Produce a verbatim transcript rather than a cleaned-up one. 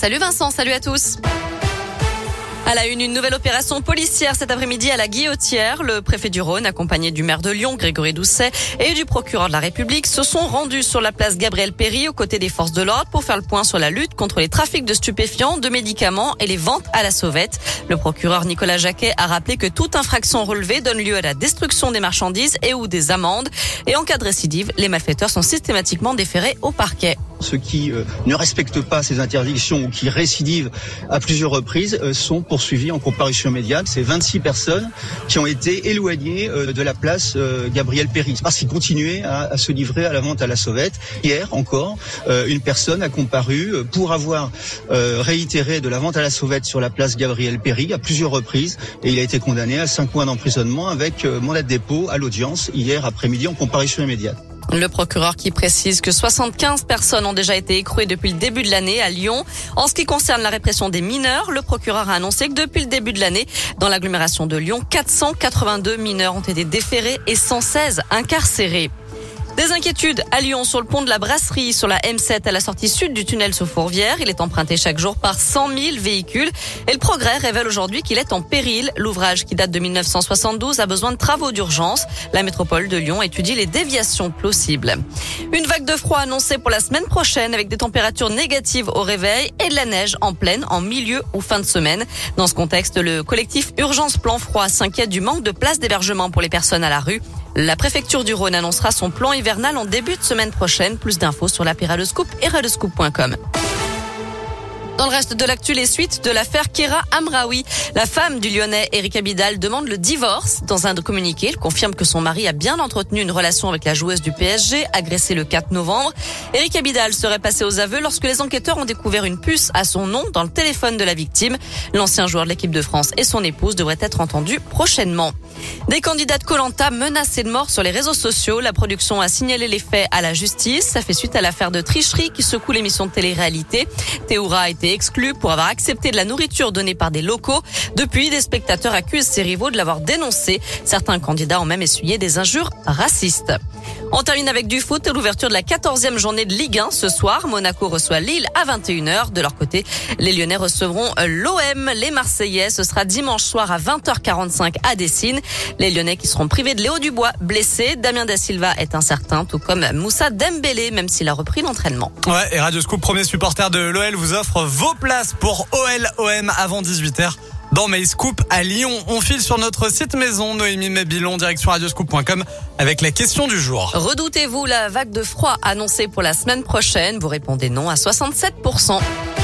Salut Vincent, salut à tous. À la une, une nouvelle opération policière cet après-midi à la Guillotière. Le préfet du Rhône, accompagné du maire de Lyon, Grégory Doucet, et du procureur de la République, se sont rendus sur la place Gabriel-Péri aux côtés des forces de l'ordre pour faire le point sur la lutte contre les trafics de stupéfiants, de médicaments et les ventes à la sauvette. Le procureur Nicolas Jacquet a rappelé que toute infraction relevée donne lieu à la destruction des marchandises et ou des amendes. Et en cas de récidive, les malfaiteurs sont systématiquement déférés au parquet. Ceux qui euh, ne respectent pas ces interdictions ou qui récidivent à plusieurs reprises euh, sont poursuivis en comparution immédiate. C'est vingt-six personnes qui ont été éloignées euh, de la place euh, Gabriel-Péri parce qu'ils continuaient à, à se livrer à la vente à la sauvette. Hier encore, euh, une personne a comparu euh, pour avoir euh, réitéré de la vente à la sauvette sur la place Gabriel-Péri à plusieurs reprises et il a été condamné à cinq mois d'emprisonnement avec euh, mandat de dépôt à l'audience hier après-midi en comparution immédiate. Le procureur qui précise que soixante-quinze personnes ont déjà été écrouées depuis le début de l'année à Lyon. En ce qui concerne la répression des mineurs, le procureur a annoncé que depuis le début de l'année, dans l'agglomération de Lyon, quatre cent quatre-vingt-deux mineurs ont été déférés et cent seize incarcérés. Des inquiétudes à Lyon sur le pont de la Brasserie, sur la M sept à la sortie sud du tunnel sous Fourvière. Il est emprunté chaque jour par cent mille véhicules. Et le Progrès révèle aujourd'hui qu'il est en péril. L'ouvrage qui date de mille neuf cent soixante-douze a besoin de travaux d'urgence. La métropole de Lyon étudie les déviations possibles. Une vague de froid annoncée pour la semaine prochaine avec des températures négatives au réveil et de la neige en pleine en milieu ou fin de semaine. Dans ce contexte, le collectif Urgence Plan Froid s'inquiète du manque de places d'hébergement pour les personnes à la rue. La préfecture du Rhône annoncera son plan hivernal en début de semaine prochaine. Plus d'infos sur l'appli Radioscoop et radioscoop point com. Dans le reste de l'actu, les suites de l'affaire Kéra Amraoui. La femme du Lyonnais Eric Abidal demande le divorce. Dans un communiqué, elle confirme que son mari a bien entretenu une relation avec la joueuse du P S G, agressée le quatre novembre. Eric Abidal serait passé aux aveux lorsque les enquêteurs ont découvert une puce à son nom dans le téléphone de la victime. L'ancien joueur de l'équipe de France et son épouse devraient être entendus prochainement. Des candidats de Koh-Lanta menacés de mort sur les réseaux sociaux. La production a signalé les faits à la justice. Ça fait suite à l'affaire de tricherie qui secoue l'émission de télé-réalité. Théoura a été exclu pour avoir accepté de la nourriture donnée par des locaux. Depuis, des spectateurs accusent ses rivaux de l'avoir dénoncé. Certains candidats ont même essuyé des injures racistes. On termine avec du foot. L'ouverture de la quatorzième journée de Ligue un ce soir. Monaco reçoit Lille à vingt et une heures. De leur côté, les Lyonnais recevront l'O M. Les Marseillais, ce sera dimanche soir à vingt heures quarante-cinq à Dessine. Les Lyonnais qui seront privés de Léo Dubois, blessé. Damien Da Silva est incertain, tout comme Moussa Dembélé, même s'il a repris l'entraînement. Ouais, et Radio Scoop, premier supporter de l'O L, vous offre vos places pour O L O M avant dix-huit heures. Dans Mail Scoop à Lyon, on file sur notre site maison, Noémie Mébilon, direction radioscoop point com, avec la question du jour. Redoutez-vous la vague de froid annoncée pour la semaine prochaine? Vous répondez non à soixante-sept pour cent.